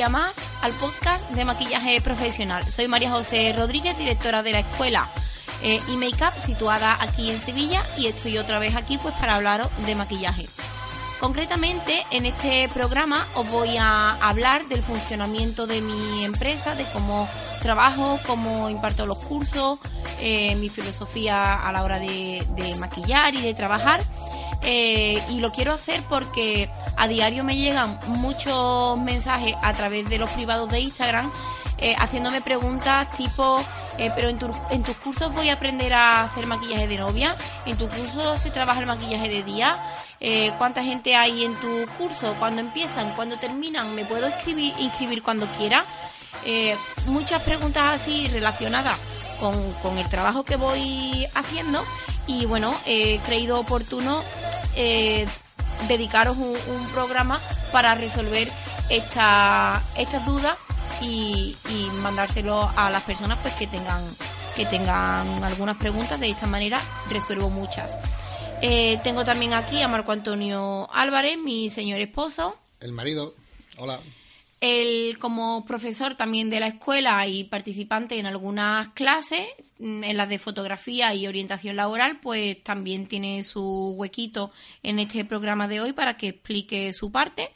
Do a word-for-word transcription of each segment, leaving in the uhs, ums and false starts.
día más al podcast de maquillaje profesional. Soy María José Rodríguez, directora de la escuela eh, eMakeup, situada aquí en Sevilla, y estoy otra vez aquí pues para hablaros de maquillaje. Concretamente, en este programa os voy a hablar del funcionamiento de mi empresa, de cómo trabajo, cómo imparto los cursos, eh, mi filosofía a la hora de, de maquillar y de trabajar. Eh, y lo quiero hacer porque a diario me llegan muchos mensajes a través de los privados de Instagram eh, haciéndome preguntas tipo eh, pero en, tu, en tus cursos voy a aprender a hacer maquillaje de novia, en tu curso se trabaja el maquillaje de día, eh, cuánta gente hay en tu curso, cuándo empiezan, cuándo terminan, me puedo inscribir, inscribir cuando quiera. Eh, muchas preguntas así relacionadas con, con el trabajo que voy haciendo. Y bueno, he creído oportuno eh, dedicaros un, un programa para resolver esta, estas dudas y, y mandárselo a las personas pues que tengan que tengan algunas preguntas. De esta manera resuelvo muchas. Eh, tengo también aquí a Marco Antonio Álvarez, mi señor esposo. El marido. Hola. Él, como profesor también de la escuela y participante en algunas clases, en las de fotografía y orientación laboral, pues también tiene su huequito en este programa de hoy para que explique su parte.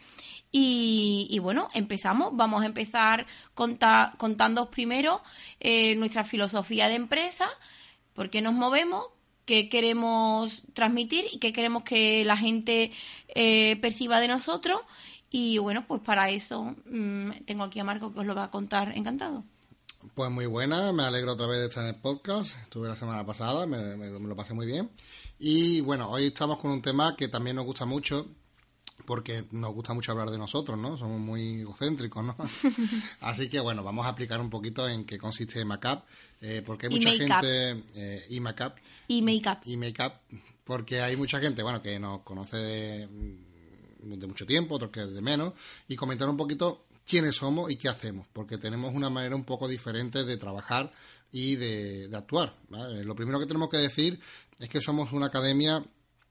Y, y bueno, empezamos. Vamos a empezar conta, contándoos primero eh, nuestra filosofía de empresa, por qué nos movemos, qué queremos transmitir y qué queremos que la gente eh, perciba de nosotros. Y bueno, pues para eso mmm, tengo aquí a Marco que os lo va a contar encantado. Pues muy buena, me alegro otra vez de estar en el podcast. Estuve la semana pasada, me, me, me lo pasé muy bien. Y bueno, hoy estamos con un tema que también nos gusta mucho, porque nos gusta mucho hablar de nosotros, ¿no? Somos muy egocéntricos, ¿no? Así que bueno, vamos a explicar un poquito en qué consiste eMakeup, eh, porque hay mucha gente... Eh, eMakeup. eMakeup. eMakeup, porque hay mucha gente, bueno, que nos conoce de... de mucho tiempo, otros que de menos, y comentar un poquito quiénes somos y qué hacemos, porque tenemos una manera un poco diferente de trabajar y de, de actuar, ¿vale? Lo primero que tenemos que decir es que somos una academia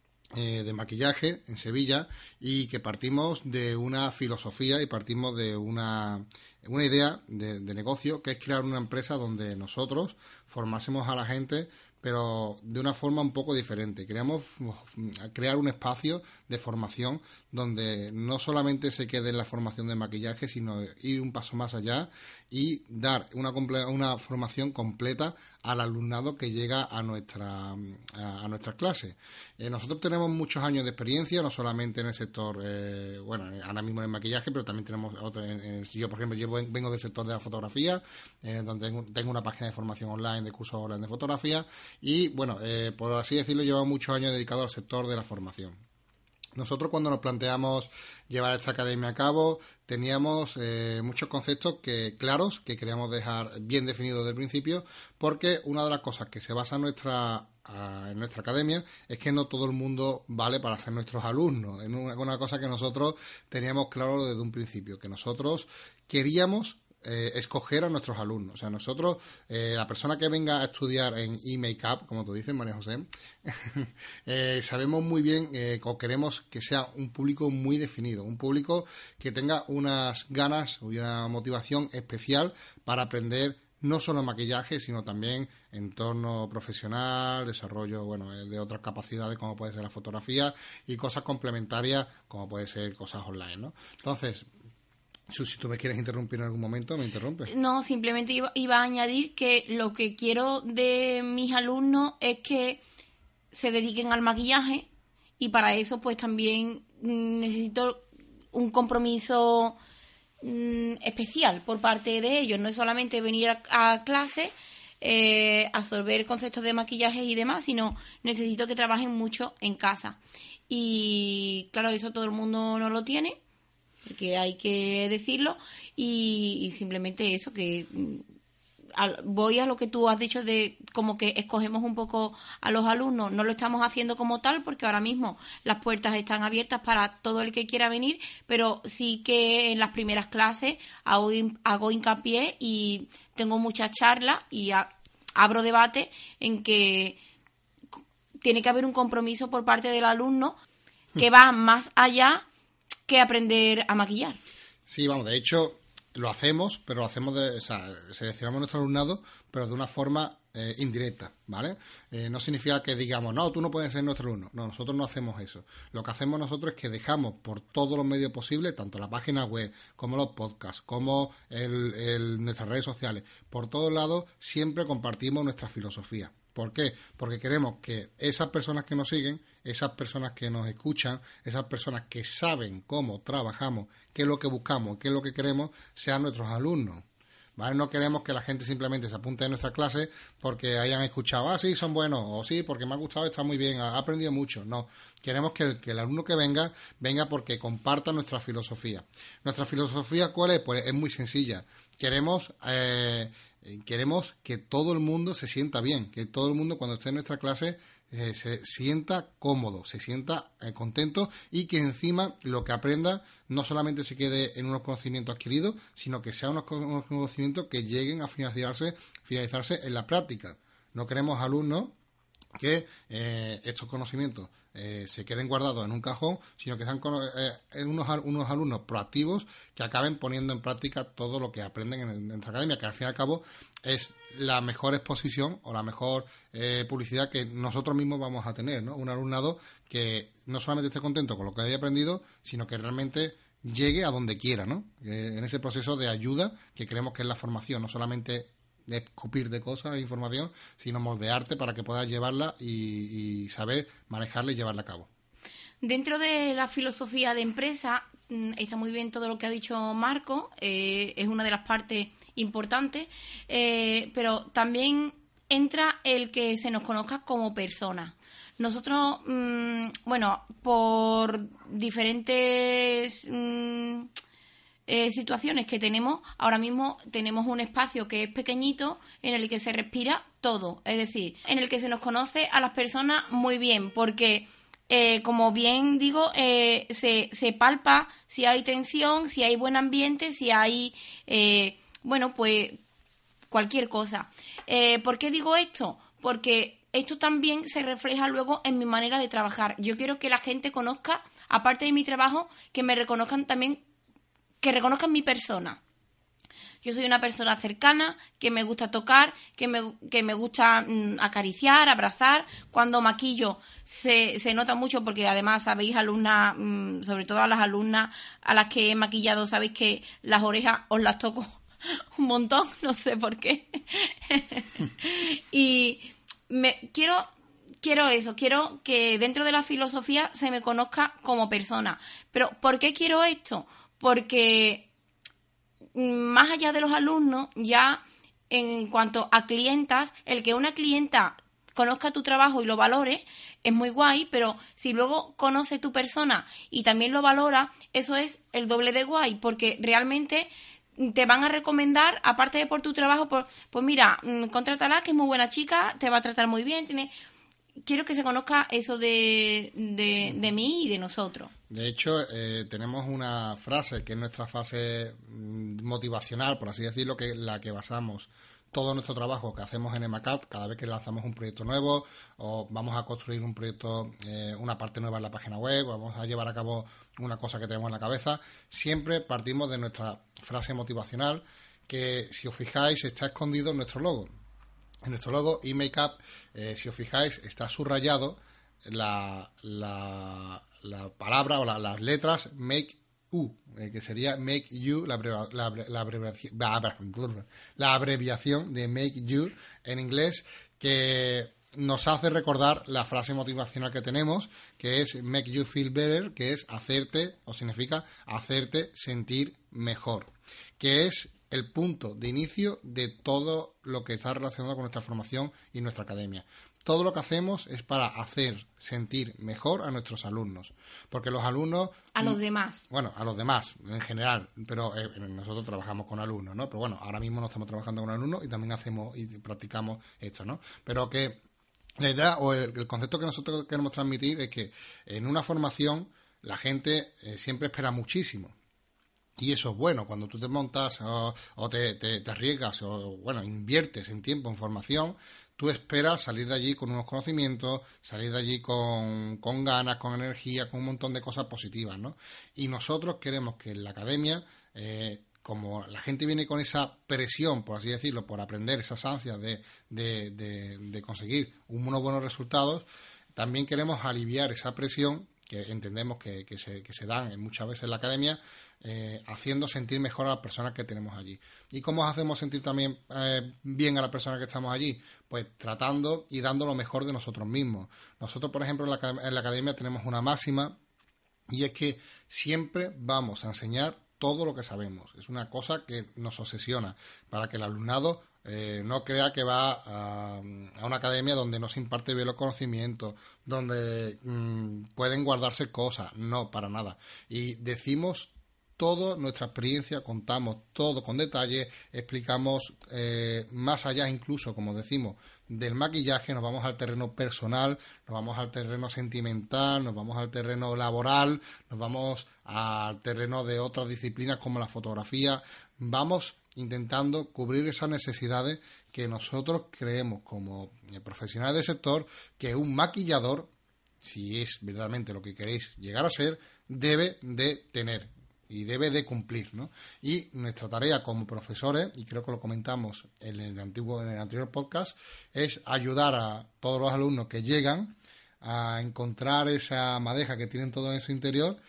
eh, de maquillaje en Sevilla y que partimos de una filosofía y partimos de una, una idea de, de negocio, que es crear una empresa donde nosotros formásemos a la gente, pero de una forma un poco diferente. Queríamos crear un espacio de formación donde no solamente se quede en la formación de maquillaje, sino ir un paso más allá y dar una, comple- una formación completa al alumnado que llega a nuestra a, a nuestras clases. Eh, nosotros tenemos muchos años de experiencia, no solamente en el sector, eh, bueno, ahora mismo en el maquillaje, pero también tenemos otro, en, en, yo, por ejemplo, yo vengo del sector de la fotografía, eh, donde tengo, tengo una página de formación online, de cursos online de fotografía, y bueno, eh, por así decirlo, llevo muchos años dedicado al sector de la formación. Nosotros, cuando nos planteamos llevar esta academia a cabo, teníamos eh, muchos conceptos que claros que queríamos dejar bien definidos desde el principio, porque una de las cosas que se basa en nuestra a, en nuestra academia es que no todo el mundo vale para ser nuestros alumnos. Es una, una cosa que nosotros teníamos claro desde un principio, que nosotros queríamos Eh, escoger a nuestros alumnos. O sea, nosotros, eh, la persona que venga a estudiar en eMakeup, como tú dices, María José, eh, sabemos muy bien eh, o queremos que sea un público muy definido, un público que tenga unas ganas y una motivación especial para aprender no solo maquillaje, sino también entorno profesional, desarrollo, bueno, de otras capacidades como puede ser la fotografía y cosas complementarias como puede ser cosas online, ¿no? Entonces, si tú me quieres interrumpir en algún momento, me interrumpes. No, simplemente iba, iba a añadir que lo que quiero de mis alumnos es que se dediquen al maquillaje, y para eso pues también necesito un compromiso mmm, especial por parte de ellos. No es solamente venir a, a clase, eh, absorber conceptos de maquillaje y demás, sino necesito que trabajen mucho en casa. Y claro, eso todo el mundo no lo tiene, porque hay que decirlo, y, y simplemente eso, que al, voy a lo que tú has dicho de como que escogemos un poco a los alumnos. No lo estamos haciendo como tal, porque ahora mismo las puertas están abiertas para todo el que quiera venir, pero sí que en las primeras clases hago, hago hincapié y tengo muchas charlas y a, abro debate en que tiene que haber un compromiso por parte del alumno que va más allá que aprender a maquillar. Sí, vamos, de hecho, lo hacemos, pero lo hacemos de, o sea, seleccionamos nuestro alumnado, pero de una forma eh, indirecta, ¿vale? Eh, no significa que digamos, no, tú no puedes ser nuestro alumno. No, nosotros no hacemos eso. Lo que hacemos nosotros es que dejamos por todos los medios posibles, tanto la página web, como los podcasts, como el, el, nuestras redes sociales, por todos lados siempre compartimos nuestra filosofía. ¿Por qué? Porque queremos que esas personas que nos siguen, esas personas que nos escuchan, esas personas que saben cómo trabajamos, qué es lo que buscamos, qué es lo que queremos, sean nuestros alumnos, ¿vale? No queremos que la gente simplemente se apunte a nuestra clase porque hayan escuchado, ah, sí, son buenos, o sí, porque me ha gustado, está muy bien, ha aprendido mucho. No, queremos que el, que el alumno que venga, venga porque comparta nuestra filosofía. ¿Nuestra filosofía cuál es? Pues es muy sencilla. Queremos... Eh, Queremos que todo el mundo se sienta bien, que todo el mundo cuando esté en nuestra clase eh, se sienta cómodo, se sienta eh, contento y que encima lo que aprenda no solamente se quede en unos conocimientos adquiridos, sino que sean unos, unos conocimientos que lleguen a finalizarse, finalizarse en la práctica. No queremos alumnos que eh, estos conocimientos eh, se queden guardados en un cajón, sino que sean eh, unos, unos alumnos proactivos que acaben poniendo en práctica todo lo que aprenden en, en nuestra academia, que al fin y al cabo es la mejor exposición o la mejor eh, publicidad que nosotros mismos vamos a tener, ¿no? Un alumnado que no solamente esté contento con lo que haya aprendido, sino que realmente llegue a donde quiera, ¿no? Eh, en ese proceso de ayuda que creemos que es la formación, no solamente de escupir de cosas e información, sino moldearte para que puedas llevarla y, y saber manejarla y llevarla a cabo. Dentro de la filosofía de empresa está muy bien todo lo que ha dicho Marco, eh, es una de las partes importantes, eh, pero también entra el que se nos conozca como persona. Nosotros, mmm, bueno, por diferentes... Mmm, Eh, situaciones que tenemos, ahora mismo tenemos un espacio que es pequeñito en el que se respira todo, es decir, en el que se nos conoce a las personas muy bien, porque eh, como bien digo, eh, se, se palpa si hay tensión, si hay buen ambiente, si hay, eh, bueno, pues cualquier cosa. Eh, ¿por qué digo esto? Porque esto también se refleja luego en mi manera de trabajar. Yo quiero que la gente conozca, aparte de mi trabajo, que me reconozcan también, que reconozcan mi persona. Yo soy una persona cercana, que me gusta tocar, que me, que me gusta mmm, acariciar, abrazar. Cuando maquillo se, se nota mucho porque además sabéis, alumnas, mmm, sobre todo a las alumnas a las que he maquillado, sabéis que las orejas os las toco un montón, no sé por qué. Y me quiero... Quiero eso, quiero que dentro de la filosofía se me conozca como persona. Pero ¿por qué quiero esto? Porque más allá de los alumnos, ya en cuanto a clientas, el que una clienta conozca tu trabajo y lo valore es muy guay, pero si luego conoce tu persona y también lo valora, eso es el doble de guay, porque realmente te van a recomendar, aparte de por tu trabajo, por, pues mira, contrátala, que es muy buena chica, te va a tratar muy bien, tiene... Quiero que se conozca eso de, de, de mí y de nosotros. De hecho, eh, tenemos una frase que es nuestra frase motivacional, por así decirlo, que es la que basamos todo nuestro trabajo que hacemos en EMACAT, cada vez que lanzamos un proyecto nuevo o vamos a construir un proyecto, eh, una parte nueva en la página web, vamos a llevar a cabo una cosa que tenemos en la cabeza, siempre partimos de nuestra frase motivacional, que si os fijáis está escondido en nuestro logo. En nuestro logo eMakeUp, eh, si os fijáis, está subrayado la, la, la palabra o la, las letras Make U, eh, que sería Make You, la, abreva, la, la, abreviación, la abreviación de Make You en inglés, que nos hace recordar la frase motivacional que tenemos, que es Make You Feel Better, que es hacerte, o significa hacerte sentir mejor, que es el punto de inicio de todo lo que está relacionado con nuestra formación y nuestra academia. Todo lo que hacemos es para hacer sentir mejor a nuestros alumnos, porque los alumnos... A los demás. Bueno, a los demás, en general, pero eh, nosotros trabajamos con alumnos, ¿no? Pero bueno, ahora mismo no estamos trabajando con alumnos y también hacemos y practicamos esto, ¿no? Pero que la idea o el, el concepto que nosotros queremos transmitir es que en una formación la gente eh, siempre espera muchísimo. Y eso es bueno, cuando tú te montas o, o te, te, te arriesgas o, bueno, inviertes en tiempo, en formación, tú esperas salir de allí con unos conocimientos, salir de allí con, con ganas, con energía, con un montón de cosas positivas, ¿no? Y nosotros queremos que en la academia, eh, como la gente viene con esa presión, por así decirlo, por aprender, esas ansias de, de, de, de conseguir unos buenos resultados, también queremos aliviar esa presión que entendemos que, que, se, que se dan muchas veces en la academia, eh, haciendo sentir mejor a las personas que tenemos allí. ¿Y cómo hacemos sentir también eh, bien a las personas que estamos allí? Pues tratando y dando lo mejor de nosotros mismos. Nosotros, por ejemplo, en la, en la academia tenemos una máxima, y es que siempre vamos a enseñar todo lo que sabemos. Es una cosa que nos obsesiona, para que el alumnado eh, no crea que va a, a una academia donde no se imparte bien los conocimientos, donde mmm, pueden guardarse cosas. No, para nada. Y decimos toda nuestra experiencia, contamos todo con detalle, explicamos eh, más allá incluso, como decimos, del maquillaje, nos vamos al terreno personal, nos vamos al terreno sentimental, nos vamos al terreno laboral, nos vamos al terreno de otras disciplinas como la fotografía. Vamos intentando cubrir esas necesidades que nosotros creemos como profesionales del sector que un maquillador, si es verdaderamente lo que queréis llegar a ser, debe de tener y debe de cumplir, ¿no? Y nuestra tarea como profesores, y creo que lo comentamos en el antiguo, en el anterior podcast, es ayudar a todos los alumnos que llegan a encontrar esa madeja que tienen todo en su interior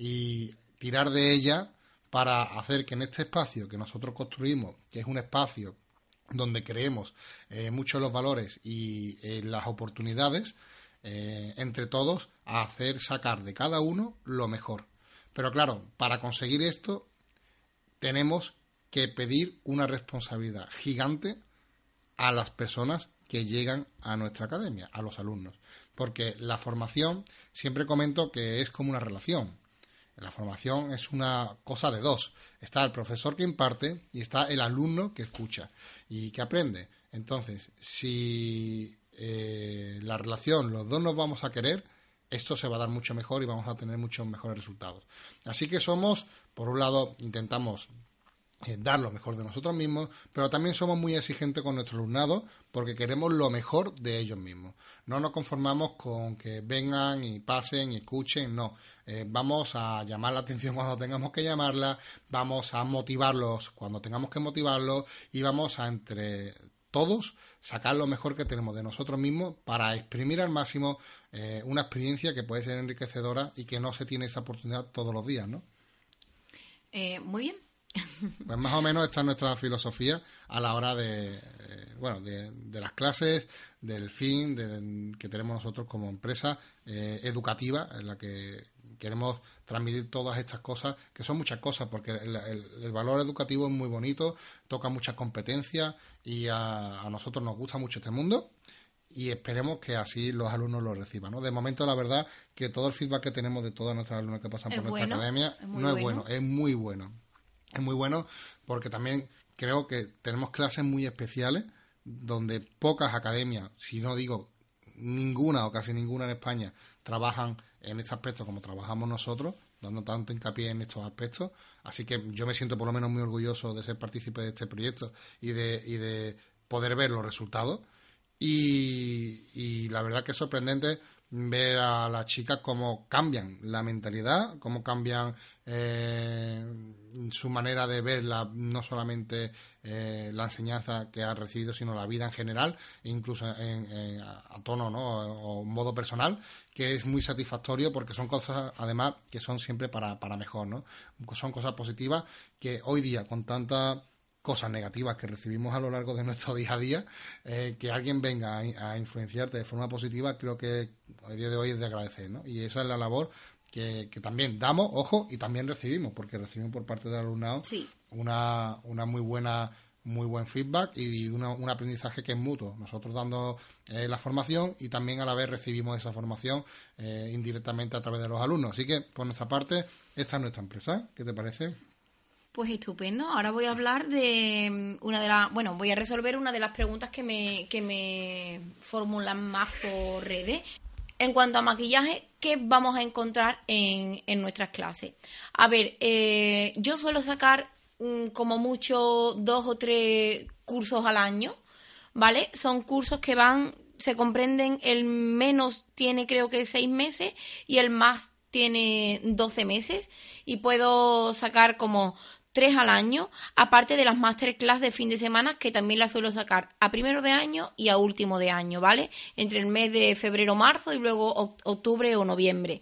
y tirar de ella para hacer que en este espacio que nosotros construimos, que es un espacio donde creemos eh, mucho en los valores y en las oportunidades, eh, entre todos, a hacer sacar de cada uno lo mejor. Pero claro, para conseguir esto tenemos que pedir una responsabilidad gigante a las personas que llegan a nuestra academia, a los alumnos. Porque la formación, siempre comento que es como una relación. La formación es una cosa de dos. Está el profesor que imparte y está el alumno que escucha y que aprende. Entonces, si eh, la relación, los dos nos vamos a querer, esto se va a dar mucho mejor y vamos a tener muchos mejores resultados. Así que somos, por un lado, intentamos eh, dar lo mejor de nosotros mismos, pero también somos muy exigentes con nuestro alumnado porque queremos lo mejor de ellos mismos. No nos conformamos con que vengan y pasen y escuchen, no. Eh, vamos a llamar la atención cuando tengamos que llamarla, vamos a motivarlos cuando tengamos que motivarlos y vamos a entre todos sacar lo mejor que tenemos de nosotros mismos para exprimir al máximo eh, una experiencia que puede ser enriquecedora y que no se tiene esa oportunidad todos los días, ¿no? Eh, muy bien. Pues más o menos esta es nuestra filosofía a la hora de, eh, bueno, de, de las clases, del fin de, que tenemos nosotros como empresa eh, educativa, en la que queremos transmitir todas estas cosas, que son muchas cosas, porque el, el, el valor educativo es muy bonito, toca muchas competencias y a, a nosotros nos gusta mucho este mundo y esperemos que así los alumnos lo reciban, ¿no? De momento, la verdad, que todo el feedback que tenemos de todos nuestros alumnos que pasan es por bueno, nuestra academia es no es bueno. bueno, es muy bueno. Es muy bueno porque también creo que tenemos clases muy especiales donde pocas academias, si no digo ninguna o casi ninguna en España, trabajan en este aspecto como trabajamos nosotros, dando tanto hincapié en estos aspectos. Así que yo me siento por lo menos muy orgulloso de ser partícipe de este proyecto y de, y de poder ver los resultados. Y, y la verdad que es sorprendente ver a las chicas cómo cambian la mentalidad, cómo cambian eh, su manera de ver la, no solamente eh, la enseñanza que ha recibido, sino la vida en general, e incluso en, en, a tono, ¿no? o modo personal, que es muy satisfactorio porque son cosas, además, que son siempre para, para mejor, ¿no? Son cosas positivas que hoy día, con tanta cosas negativas que recibimos a lo largo de nuestro día a día, eh, que alguien venga a, a influenciarte de forma positiva, creo que a día de hoy es de agradecer, ¿no? Y esa es la labor que, que también damos, ojo, y también recibimos, porque recibimos por parte del alumnado sí. una, una muy buena muy buen feedback y una, un aprendizaje que es mutuo. Nosotros dando eh, la formación y también a la vez recibimos esa formación eh, indirectamente a través de los alumnos. Así que, por nuestra parte, esta es nuestra empresa. ¿Qué te parece? Pues estupendo. Ahora voy a hablar de una de las... Bueno, voy a resolver una de las preguntas que me, que me formulan más por redes. En cuanto a maquillaje, ¿qué vamos a encontrar en, en nuestras clases? A ver, eh, yo suelo sacar mm, como mucho dos o tres cursos al año, ¿vale? Son cursos que van, se comprenden, el menos tiene creo que seis meses y el más tiene doce meses y puedo sacar como tres al año, aparte de las masterclass de fin de semana, que también las suelo sacar a primero de año y a último de año, ¿vale? Entre el mes de febrero, marzo y luego octubre o noviembre.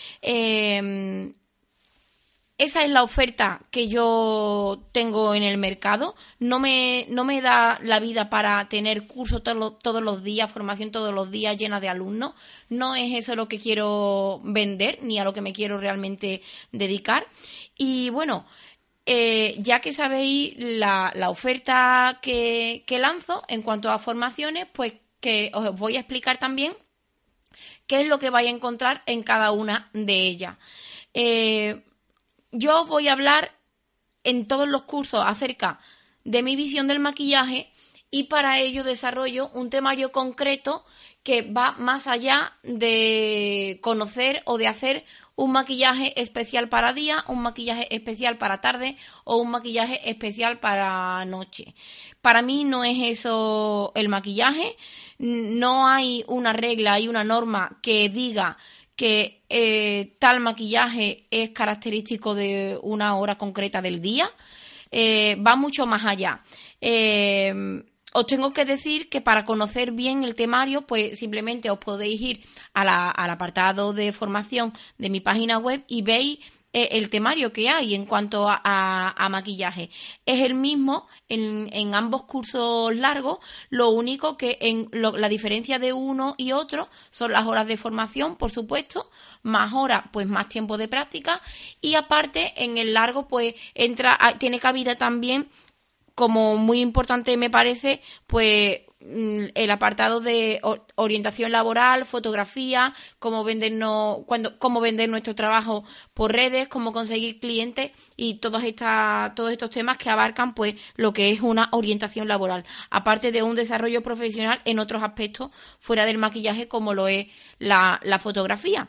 Eh, Esa es la oferta que yo tengo en el mercado. No me, no me da la vida para tener cursos todos los, todos los días, formación todos los días llena de alumnos. No es eso lo que quiero vender, ni a lo que me quiero realmente dedicar. Y bueno, eh, ya que sabéis la, la oferta que, que lanzo en cuanto a formaciones, pues que os voy a explicar también qué es lo que vais a encontrar en cada una de ellas. Eh, Yo voy a hablar en todos los cursos acerca de mi visión del maquillaje y para ello desarrollo un temario concreto que va más allá de conocer o de hacer un maquillaje especial para día, un maquillaje especial para tarde o un maquillaje especial para noche. Para mí no es eso el maquillaje, no hay una regla, hay una norma que diga que eh, tal maquillaje es característico de una hora concreta del día, eh, va mucho más allá. Eh, os tengo que decir que para conocer bien el temario, pues simplemente os podéis ir a la, al apartado de formación de mi página web y veis eh, el temario que hay en cuanto a, a, a maquillaje. Es el mismo en, en ambos cursos largos, lo único que en lo, la diferencia de uno y otro son las horas de formación, por supuesto, más horas, pues más tiempo de práctica, y aparte en el largo pues entra, tiene cabida también, como muy importante me parece, pues el apartado de orientación laboral, fotografía, cómo vendernos, cuando, cómo vender nuestro trabajo por redes, cómo conseguir clientes y todos esta, todos estos temas que abarcan pues lo que es una orientación laboral, aparte de un desarrollo profesional en otros aspectos fuera del maquillaje como lo es la, la fotografía.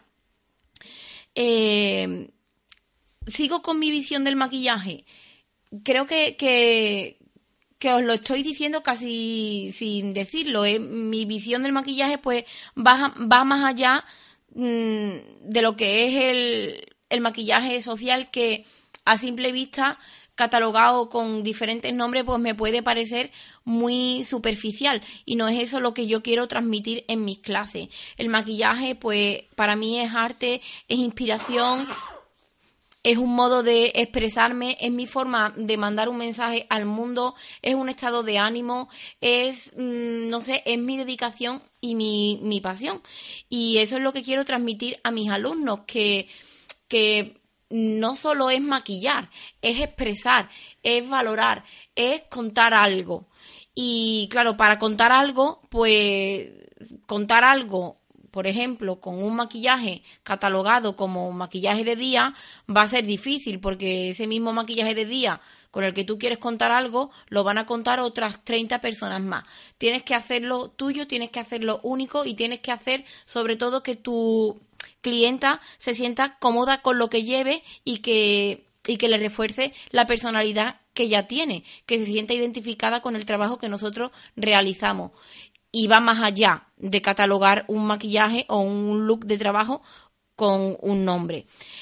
Eh, sigo con mi visión del maquillaje. Creo que, que, que os lo estoy diciendo casi sin decirlo. ¿eh? Mi visión del maquillaje pues va, va más allá mmm, de lo que es el, el maquillaje social, que a simple vista, catalogado con diferentes nombres, pues me puede parecer muy superficial, y no es eso lo que yo quiero transmitir en mis clases. El maquillaje pues para mí es arte, es inspiración, es un modo de expresarme, es mi forma de mandar un mensaje al mundo, es un estado de ánimo, es, no sé, es mi dedicación y mi, mi pasión. Y eso es lo que quiero transmitir a mis alumnos, que, que no solo es maquillar, es expresar, es valorar, es contar algo. Y claro, para contar algo, pues contar algo, por ejemplo, con un maquillaje catalogado como maquillaje de día, va a ser difícil, porque ese mismo maquillaje de día con el que tú quieres contar algo, lo van a contar otras treinta personas más. Tienes que hacerlo tuyo, tienes que hacerlo único y tienes que hacer, sobre todo, que tu clienta se sienta cómoda con lo que lleve y que, y que le refuerce la personalidad que ya tiene, que se sienta identificada con el trabajo que nosotros realizamos. Y va más allá de catalogar un maquillaje o un look de trabajo con un nombre.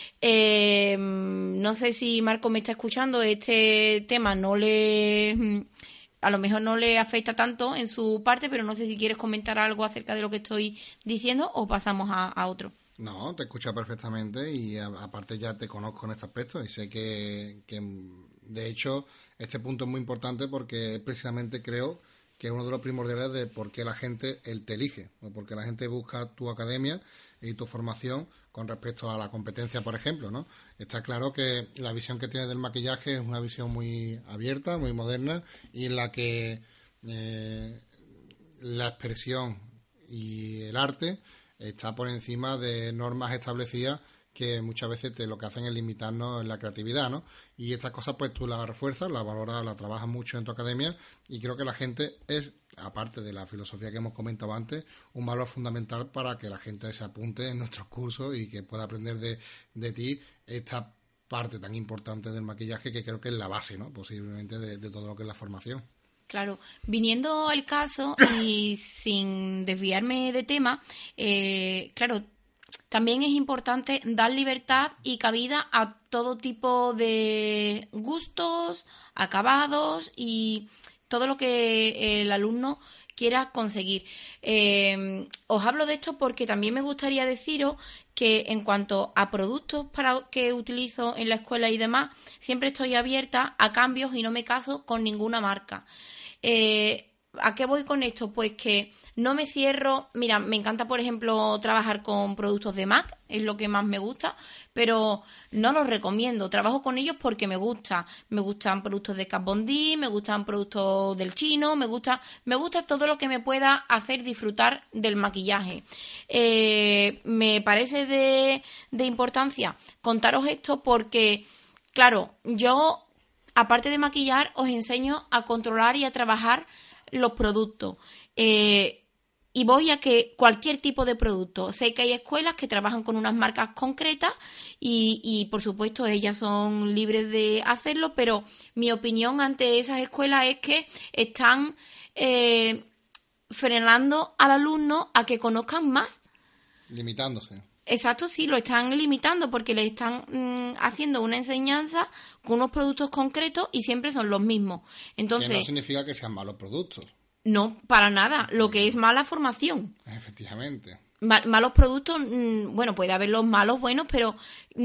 Eh, no sé si Marco me está escuchando. Este tema no le, a lo mejor no le afecta tanto en su parte, pero no sé si quieres comentar algo acerca de lo que estoy diciendo o pasamos a, a otro. No, te escucha perfectamente y a, aparte ya te conozco en este aspecto y sé que, que de hecho este punto es muy importante, porque precisamente creo que es uno de los primordiales de por qué la gente él te elige, o porque la gente busca tu academia y tu formación con respecto a la competencia, por ejemplo, ¿no? Está claro que la visión que tienes del maquillaje es una visión muy abierta, muy moderna, y en la que eh, la expresión y el arte está por encima de normas establecidas que muchas veces te lo que hacen es limitarnos en la creatividad, ¿no? Y estas cosas pues tú las refuerzas, las valoras, las trabajas mucho en tu academia, y creo que la gente es, aparte de la filosofía que hemos comentado antes, un valor fundamental para que la gente se apunte en nuestros cursos y que pueda aprender de, de ti esta parte tan importante del maquillaje, que creo que es la base, ¿no? Posiblemente de, de todo lo que es la formación. Claro, viniendo al caso y sin desviarme de tema, eh, claro, también es importante dar libertad y cabida a todo tipo de gustos, acabados y todo lo que el alumno quiera conseguir. Eh, os hablo de esto porque también me gustaría deciros que en cuanto a productos para que utilizo en la escuela y demás, siempre estoy abierta a cambios y no me caso con ninguna marca. Eh, ¿A qué voy con esto? Pues que no me cierro. Mira, me encanta, por ejemplo, trabajar con productos de MAC, es lo que más me gusta, pero no los recomiendo. Trabajo con ellos porque me gusta. Me gustan productos de Kat Von D, me gustan productos del chino, me gusta, me gusta todo lo que me pueda hacer disfrutar del maquillaje. Eh, me parece de, de importancia contaros esto porque, claro, yo, aparte de maquillar, os enseño a controlar y a trabajar los productos. Eh, y voy a que cualquier tipo de producto. Sé que hay escuelas que trabajan con unas marcas concretas y, y por supuesto ellas son libres de hacerlo, pero mi opinión ante esas escuelas es que están eh, frenando al alumno a que conozcan más. Limitándose. Exacto, sí, lo están limitando porque le están mmm, haciendo una enseñanza con unos productos concretos y siempre son los mismos. Entonces, que no significa que sean malos productos. No, para nada. Lo que es mala formación. Efectivamente. Ma- malos productos, mmm, bueno, puede haber los malos buenos, pero...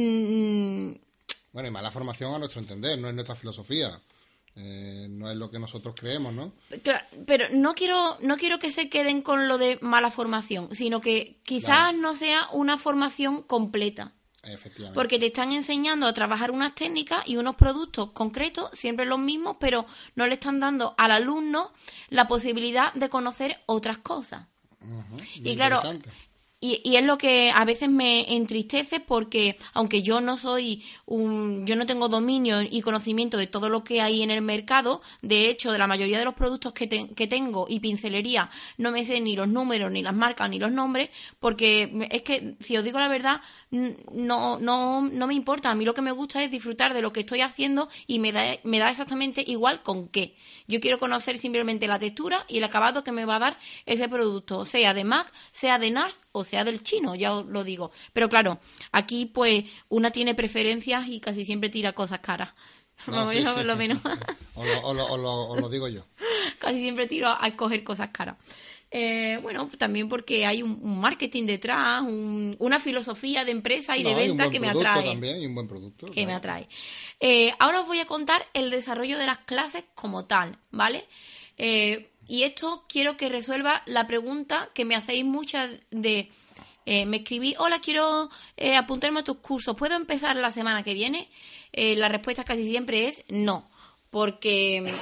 Mmm, bueno, y mala formación a nuestro entender, no es nuestra filosofía. Eh, no es lo que nosotros creemos, ¿no? Claro, pero no quiero no quiero que se queden con lo de mala formación, sino que quizás claro. no sea una formación completa. Efectivamente. Porque te están enseñando a trabajar unas técnicas y unos productos concretos, siempre los mismos, pero no le están dando al alumno la posibilidad de conocer otras cosas. Uh-huh. Y claro, y, y es lo que a veces me entristece porque aunque yo no soy un, yo no tengo dominio y conocimiento de todo lo que hay en el mercado, de hecho de la mayoría de los productos que, te, que tengo y pincelería no me sé ni los números, ni las marcas, ni los nombres, porque es que si os digo la verdad no, no, no me importa. A mí lo que me gusta es disfrutar de lo que estoy haciendo y me da, me da exactamente igual con qué. Yo quiero conocer simplemente la textura y el acabado que me va a dar ese producto, sea de MAC, sea de NARS o sea del chino, ya os lo digo. Pero claro, aquí pues una tiene preferencias y casi siempre tira cosas caras. No, sí, sí. Por lo menos. o, lo, o, lo, o, lo, o lo digo yo. Casi siempre tiro a escoger cosas caras. Eh, bueno, también porque hay un, un marketing detrás, un, una filosofía de empresa y no, de venta que me atrae. También, y un buen producto. Que claro. me atrae. Eh, ahora os voy a contar el desarrollo de las clases como tal, ¿vale? Eh, y esto quiero que resuelva la pregunta que me hacéis muchas de... Eh, me escribí, hola, quiero eh, apuntarme a tus cursos, ¿puedo empezar la semana que viene? Eh, la respuesta casi siempre es no, porque...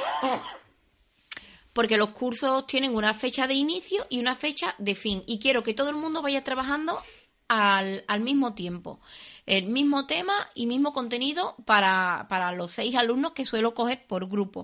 porque los cursos tienen una fecha de inicio y una fecha de fin. Y quiero que todo el mundo vaya trabajando al, al mismo tiempo. El mismo tema y mismo contenido para, para los seis alumnos que suelo coger por grupo.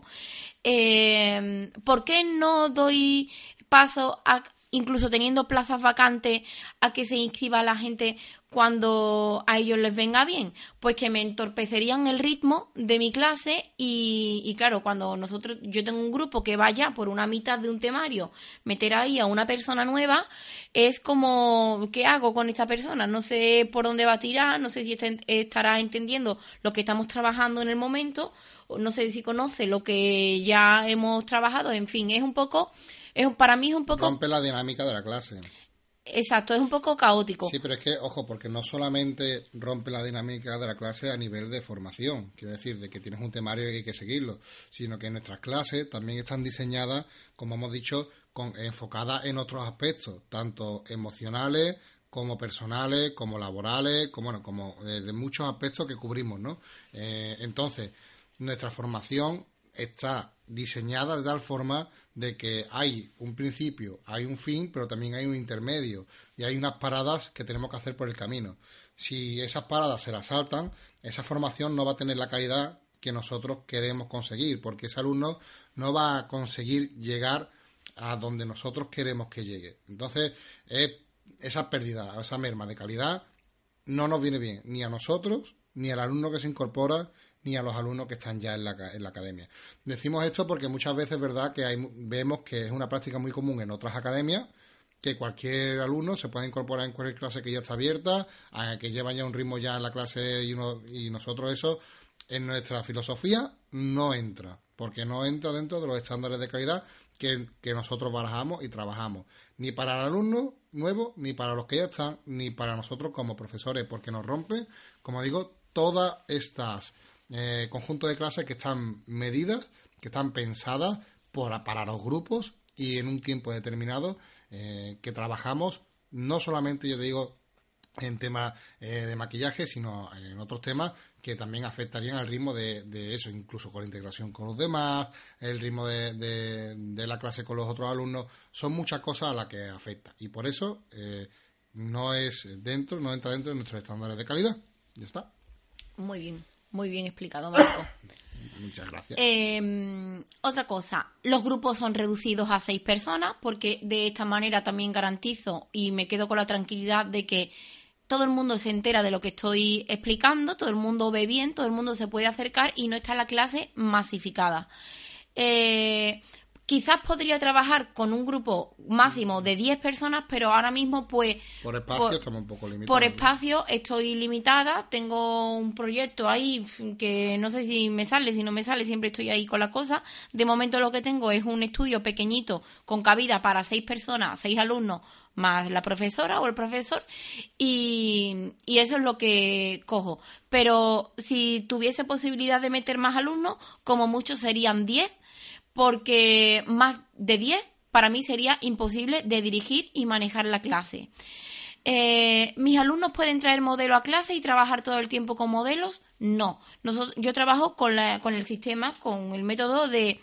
Eh, ¿Por qué no doy paso a, incluso teniendo plazas vacantes, a que se inscriba la gente cuando a ellos les venga bien? Pues que me entorpecerían el ritmo de mi clase y, y claro, cuando nosotros, yo tengo un grupo que vaya por una mitad de un temario, meter ahí a una persona nueva, es como, ¿qué hago con esta persona? No sé por dónde va a tirar, no sé si está, estará entendiendo lo que estamos trabajando en el momento, no sé si conoce lo que ya hemos trabajado, en fin, es un poco, es para mí es un poco... Rompe la dinámica de la clase. Exacto, es un poco caótico. Sí, pero es que, ojo, porque no solamente rompe la dinámica de la clase a nivel de formación, quiero decir, de que tienes un temario y hay que seguirlo, sino que nuestras clases también están diseñadas, como hemos dicho, con, enfocadas en otros aspectos, tanto emocionales como personales, como laborales, como, bueno, como eh, de muchos aspectos que cubrimos, ¿no? Eh, entonces, nuestra formación está diseñada de tal forma de que hay un principio, hay un fin, pero también hay un intermedio y hay unas paradas que tenemos que hacer por el camino. Si esas paradas se las saltan, esa formación no va a tener la calidad que nosotros queremos conseguir, porque ese alumno no va a conseguir llegar a donde nosotros queremos que llegue. Entonces, eh, esa pérdida, esa merma de calidad no nos viene bien, ni a nosotros, ni al alumno que se incorpora, ni a los alumnos que están ya en la, en la academia. Decimos esto porque muchas veces es verdad que hay, vemos que es una práctica muy común en otras academias, que cualquier alumno se pueda incorporar en cualquier clase que ya está abierta, a que llevan ya un ritmo ya en la clase y, uno, y nosotros eso en nuestra filosofía no entra, porque no entra dentro de los estándares de calidad que, que nosotros barajamos y trabajamos, ni para el alumno nuevo, ni para los que ya están, ni para nosotros como profesores, porque nos rompe, como digo, todas estas eh, conjuntos de clases que están medidas, que están pensadas por, para los grupos y en un tiempo determinado eh, que trabajamos, no solamente, yo te digo, en temas eh, de maquillaje, sino en otros temas que también afectarían al ritmo de, de eso, incluso con la integración con los demás, el ritmo de, de, de la clase con los otros alumnos. Son muchas cosas a las que afecta y por eso eh, no es dentro, no entra dentro de nuestros estándares de calidad. Ya está. Muy bien, muy bien explicado, Marco. Muchas gracias. Eh, otra cosa, los grupos son reducidos a seis personas porque de esta manera también garantizo y me quedo con la tranquilidad de que todo el mundo se entera de lo que estoy explicando, todo el mundo ve bien, todo el mundo se puede acercar y no está la clase masificada. Eh, quizás podría trabajar con un grupo máximo de diez personas, pero ahora mismo pues... Por espacio por, estamos un poco limitados. Por espacio estoy limitada, tengo un proyecto ahí que no sé si me sale, si no me sale, siempre estoy ahí con la cosa. De momento lo que tengo es un estudio pequeñito con cabida para seis personas, seis alumnos, más la profesora o el profesor, y, y eso es lo que cojo. Pero si tuviese posibilidad de meter más alumnos, como mucho serían diez, porque más de diez para mí sería imposible de dirigir y manejar la clase. Eh, ¿Mis alumnos pueden traer modelo a clase y trabajar todo el tiempo con modelos? No. Nosotros, yo trabajo con, la, con el sistema, con el método de...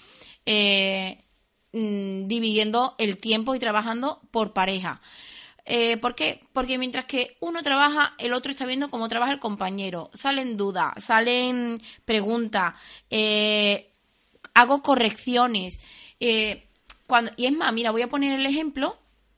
Eh, dividiendo el tiempo y trabajando por pareja. Eh, ¿Por qué? Porque mientras que uno trabaja, el otro está viendo cómo trabaja el compañero. Salen dudas, salen preguntas, eh, hago correcciones. Eh, cuando, y es más, mira, voy a poner el ejemplo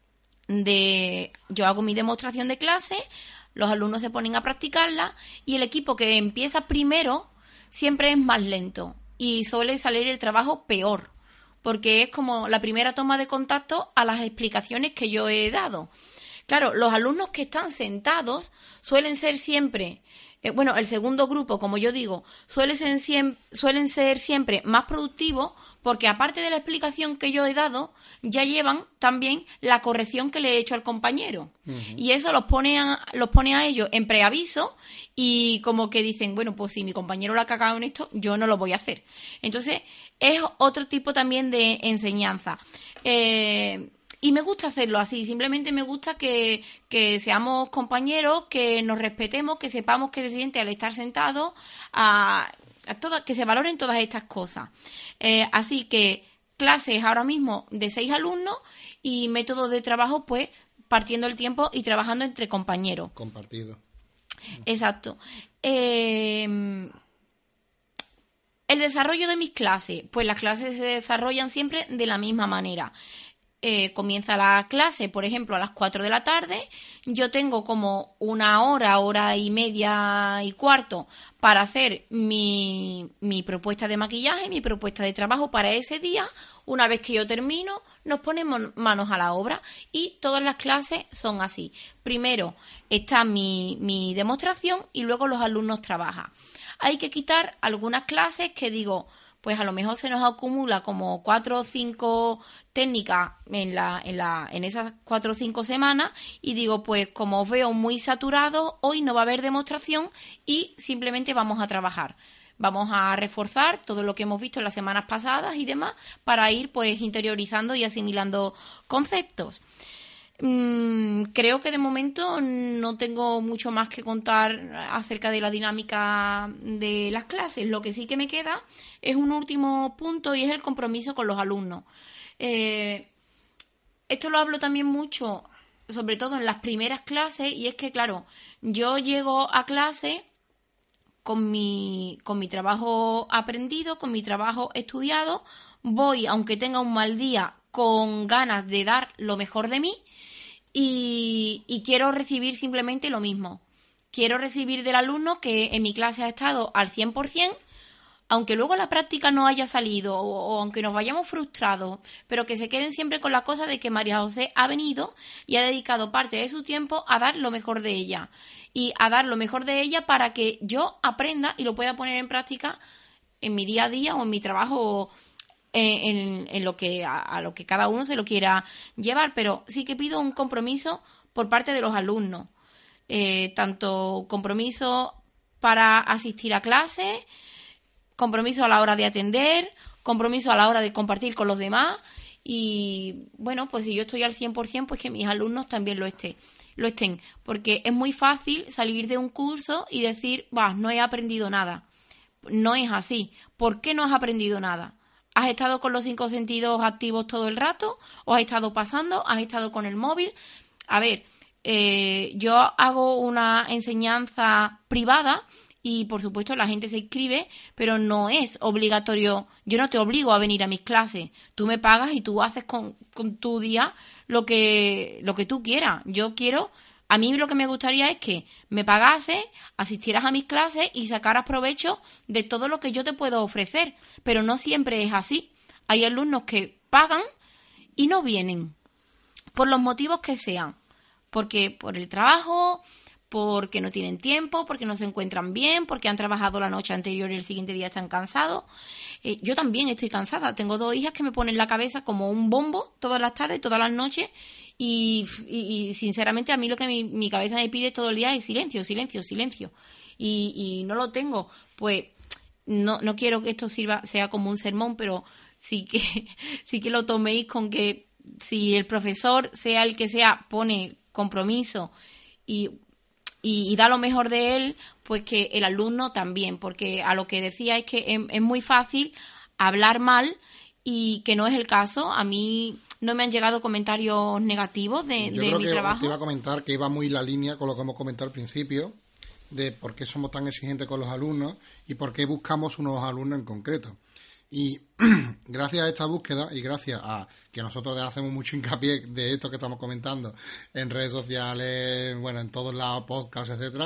de... Yo hago mi demostración de clase, los alumnos se ponen a practicarla y el equipo que empieza primero siempre es más lento y suele salir el trabajo peor, porque es como la primera toma de contacto a las explicaciones que yo he dado. Claro, los alumnos que están sentados suelen ser siempre, eh, bueno, el segundo grupo, como yo digo, suele ser siem- suelen ser siempre más productivos porque aparte de la explicación que yo he dado, ya llevan también la corrección que le he hecho al compañero. Uh-huh. Y eso los pone a, los pone a ellos en preaviso y como que dicen, bueno, pues si mi compañero lo ha cagado en esto, yo no lo voy a hacer. Entonces, es otro tipo también de enseñanza. Eh, y me gusta hacerlo así, simplemente me gusta que, que seamos compañeros, que nos respetemos, que sepamos qué se siente al estar sentados, a, a toda, que se valoren todas estas cosas. Eh, así que clases ahora mismo de seis alumnos y métodos de trabajo, pues, partiendo el tiempo y trabajando entre compañeros. Compartido. Exacto. Eh... El desarrollo de mis clases, pues las clases se desarrollan siempre de la misma manera. Eh, comienza la clase, por ejemplo, a las cuatro de la tarde. Yo tengo como una hora, hora y media y cuarto para hacer mi, mi propuesta de maquillaje, mi propuesta de trabajo para ese día. Una vez que yo termino, nos ponemos manos a la obra y todas las clases son así. Primero está mi, mi demostración y luego los alumnos trabajan. Hay que quitar algunas clases que digo, pues a lo mejor se nos acumula como cuatro o cinco técnicas en la, en la, en esas cuatro o cinco semanas y digo, pues como os veo muy saturados, hoy no va a haber demostración y simplemente vamos a trabajar. Vamos a reforzar todo lo que hemos visto en las semanas pasadas y demás para ir pues interiorizando y asimilando conceptos. Mm, creo que de momento no tengo mucho más que contar acerca de la dinámica de las clases. Lo que sí que me queda es un último punto y es el compromiso con los alumnos. Eh, esto lo hablo también mucho, sobre todo en las primeras clases, y es que, claro, yo llego a clase con mi, con mi trabajo aprendido, con mi trabajo estudiado, voy, aunque tenga un mal día, con ganas de dar lo mejor de mí. Y, y quiero recibir simplemente lo mismo. Quiero recibir del alumno que en mi clase ha estado al cien por ciento, aunque luego la práctica no haya salido o, o aunque nos vayamos frustrados, pero que se queden siempre con la cosa de que María José ha venido y ha dedicado parte de su tiempo a dar lo mejor de ella y a dar lo mejor de ella para que yo aprenda y lo pueda poner en práctica en mi día a día o en mi trabajo, en, en, en lo que a, a lo que cada uno se lo quiera llevar. Pero sí que pido un compromiso por parte de los alumnos, eh, tanto compromiso para asistir a clases, compromiso a la hora de atender, compromiso a la hora de compartir con los demás y, bueno, pues si yo estoy al cien por ciento, pues que mis alumnos también lo estén, lo estén, porque es muy fácil salir de un curso y decir, bah, no he aprendido nada. No es así. ¿Por qué no has aprendido nada? ¿Has estado con los cinco sentidos activos todo el rato? ¿O has estado pasando? ¿Has estado con el móvil? A ver, eh, yo hago una enseñanza privada y, por supuesto, la gente se inscribe, pero no es obligatorio. Yo no te obligo a venir a mis clases. Tú me pagas y tú haces con, con tu día lo que, lo que tú quieras. Yo quiero... A mí lo que me gustaría es que me pagases, asistieras a mis clases y sacaras provecho de todo lo que yo te puedo ofrecer. Pero no siempre es así. Hay alumnos que pagan y no vienen, por los motivos que sean. Porque por el trabajo, porque no tienen tiempo, porque no se encuentran bien, porque han trabajado la noche anterior y el siguiente día están cansados. Eh, yo también estoy cansada. Tengo dos hijas que me ponen la cabeza como un bombo todas las tardes, todas las noches. Y, y, y sinceramente a mí lo que mi, mi cabeza me pide todo el día es silencio, silencio, silencio. Y, y no lo tengo. Pues no, no quiero que esto sirva, sea como un sermón, pero sí que, sí que lo toméis con que si el profesor, sea el que sea, pone compromiso y, y, y da lo mejor de él, pues que el alumno también. Porque a lo que decía es que es, es muy fácil hablar mal y que no es el caso. A mí... no me han llegado comentarios negativos de, Yo de creo mi que trabajo. Te iba a comentar que iba muy la línea con lo que hemos comentado al principio, de por qué somos tan exigentes con los alumnos y por qué buscamos unos alumnos en concreto. Y gracias a esta búsqueda y gracias a que nosotros hacemos mucho hincapié de esto que estamos comentando en redes sociales, bueno, en todos lados, podcasts, etcétera,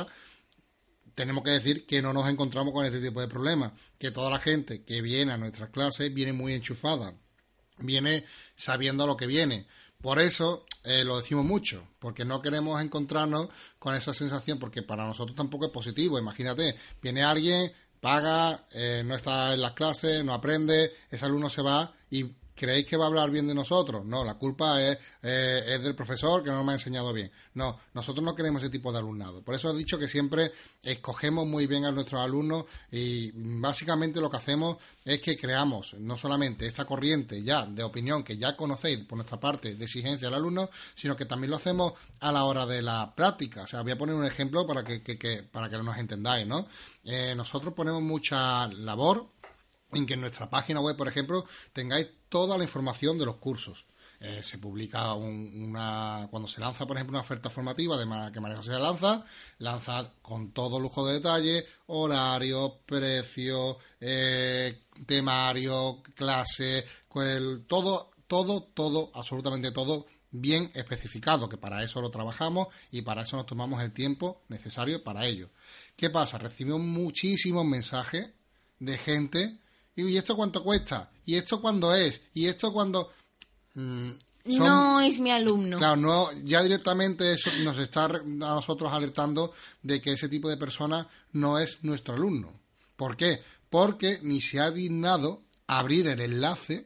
tenemos que decir que no nos encontramos con este tipo de problemas, que toda la gente que viene a nuestras clases viene muy enchufada, viene sabiendo a lo que viene. Por eso eh, lo decimos mucho, porque no queremos encontrarnos con esa sensación, porque para nosotros tampoco es positivo. Imagínate, viene alguien, paga, eh, no está en las clases, no aprende, ese alumno se va y ¿creéis que va a hablar bien de nosotros? No, la culpa es, eh, es del profesor que no me ha enseñado bien. No, nosotros no queremos ese tipo de alumnado. Por eso he dicho que siempre escogemos muy bien a nuestros alumnos y básicamente lo que hacemos es que creamos no solamente esta corriente ya de opinión que ya conocéis por nuestra parte de exigencia del alumno, sino que también lo hacemos a la hora de la práctica. O sea, voy a poner un ejemplo para que, que, que para que nos entendáis, ¿no? Eh, nosotros ponemos mucha labor en que en nuestra página web, por ejemplo, tengáis toda la información de los cursos. Eh, se publica un, una... Cuando se lanza, por ejemplo, una oferta formativa de ma- que María José lanza, lanza con todo lujo de detalle, horario, precio, eh, temario, clase, cual, todo, todo, todo, absolutamente todo bien especificado, que para eso lo trabajamos y para eso nos tomamos el tiempo necesario para ello. ¿Qué pasa? Recibimos muchísimos mensajes de gente... ¿Y esto cuánto cuesta? ¿Y esto cuándo es? ¿Y esto cuándo...? Mm, son, no es mi alumno. Claro, no, ya directamente eso nos está a nosotros alertando de que ese tipo de persona no es nuestro alumno. ¿Por qué? Porque ni se ha dignado a abrir el enlace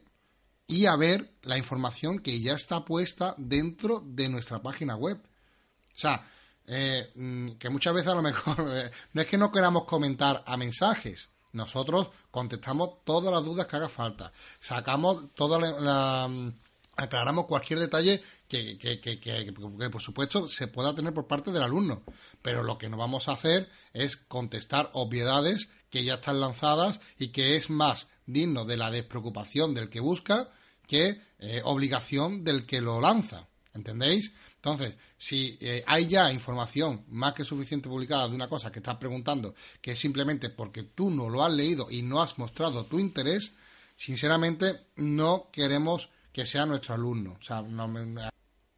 y a ver la información que ya está puesta dentro de nuestra página web. O sea, eh, que muchas veces a lo mejor... Eh, no es que no queramos comentar a mensajes. Nosotros contestamos todas las dudas que haga falta. Sacamos toda la... la aclaramos cualquier detalle que, que, que, que, que, que, por supuesto, se pueda tener por parte del alumno. Pero lo que no vamos a hacer es contestar obviedades que ya están lanzadas y que es más digno de la despreocupación del que busca que eh, obligación del que lo lanza. ¿Entendéis? Entonces, si eh, hay ya información más que suficiente publicada de una cosa que estás preguntando, que es simplemente porque tú no lo has leído y no has mostrado tu interés, sinceramente no queremos que sea nuestro alumno. O sea, no,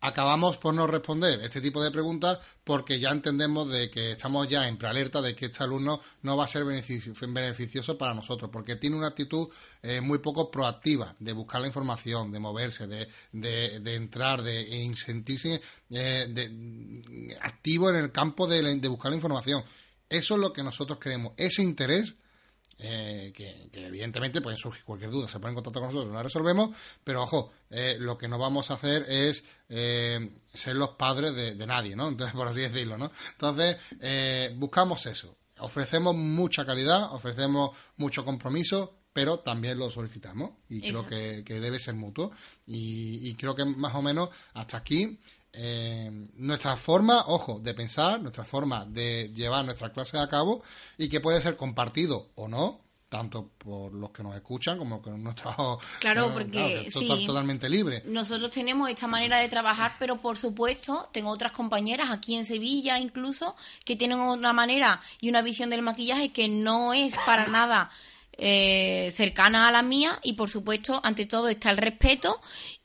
acabamos por no responder este tipo de preguntas porque ya entendemos de que estamos ya en prealerta de que este alumno no va a ser beneficio, beneficioso para nosotros, porque tiene una actitud eh, muy poco proactiva de buscar la información, de moverse, de, de, de entrar, de sentirse eh, de, activo en el campo de, de buscar la información. Eso es lo que nosotros queremos, ese interés. Eh, que, que evidentemente puede surgir cualquier duda, se pone en contacto con nosotros, la resolvemos, pero ojo, eh, lo que no vamos a hacer es eh, ser los padres de, de nadie, ¿no? Entonces, por así decirlo, ¿no? Entonces, eh, buscamos eso, ofrecemos mucha calidad, ofrecemos mucho compromiso, pero también lo solicitamos y Exacto. creo que, que debe ser mutuo y, y creo que más o menos hasta aquí Eh, nuestra forma, ojo, de pensar, nuestra forma de llevar nuestras clases a cabo y que puede ser compartido o no, tanto por los que nos escuchan como con nuestros... Claro, eh, porque claro, total, sí, totalmente libre. Nosotros tenemos esta manera de trabajar, pero por supuesto tengo otras compañeras aquí en Sevilla incluso que tienen una manera y una visión del maquillaje que no es para nada... Eh, cercana a la mía y por supuesto ante todo está el respeto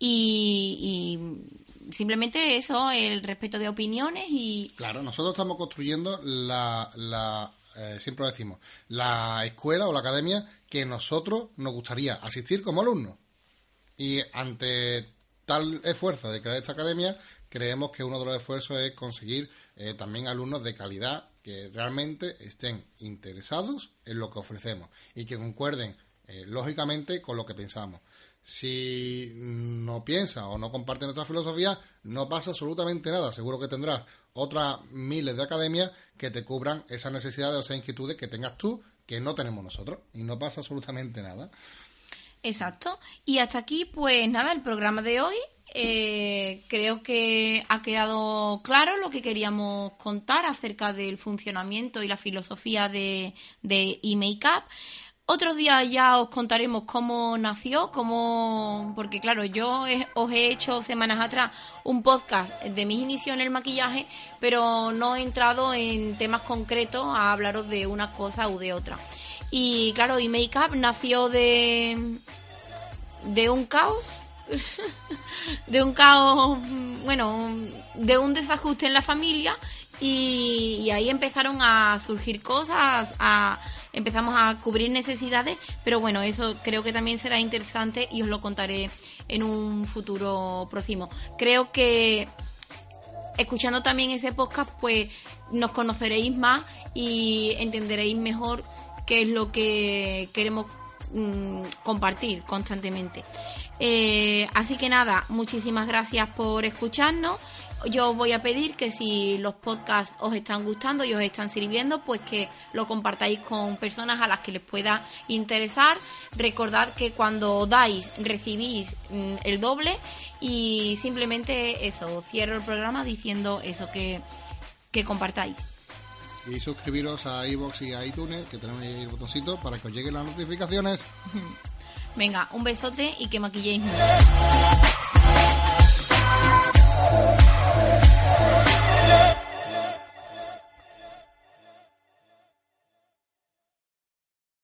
y, y simplemente eso, el respeto de opiniones y... Claro, nosotros estamos construyendo la, la eh, siempre lo decimos, la escuela o la academia que nosotros nos gustaría asistir como alumnos y ante tal esfuerzo de crear esta academia creemos que uno de los esfuerzos es conseguir eh, también alumnos de calidad que realmente estén interesados en lo que ofrecemos y que concuerden eh, lógicamente con lo que pensamos. Si no piensa o no comparte nuestra filosofía, no pasa absolutamente nada. Seguro que tendrás otras miles de academias que te cubran esas necesidades o esas inquietudes que tengas tú, que no tenemos nosotros. Y no pasa absolutamente nada. Exacto. Y hasta aquí, pues nada, el programa de hoy. Eh, creo que ha quedado claro lo que queríamos contar acerca del funcionamiento y la filosofía de, de eMakeUp. Otros días ya os contaremos cómo nació, cómo, porque claro, yo he, os he hecho semanas atrás un podcast de mis inicios en el maquillaje, pero no he entrado en temas concretos a hablaros de una cosa u de otra. Y claro, eMakeUp nació de, de un caos. de un caos, bueno, de un desajuste en la familia y, y ahí empezaron a surgir cosas, a, empezamos a cubrir necesidades, pero bueno, eso creo que también será interesante y os lo contaré en un futuro próximo. Creo que escuchando también ese podcast, pues nos conoceréis más y entenderéis mejor qué es lo que queremos mmm, compartir constantemente. Eh, así que nada, muchísimas gracias por escucharnos. Yo os voy a pedir que si los podcasts os están gustando y os están sirviendo, pues que lo compartáis con personas a las que les pueda interesar. Recordad que cuando dais, recibís mm, el doble y simplemente eso, cierro el programa diciendo eso, que, que compartáis. Y suscribiros a iVoox y a iTunes, que tenemos ahí el botoncito para que os lleguen las notificaciones. Venga, un besote y que maquilléis mucho.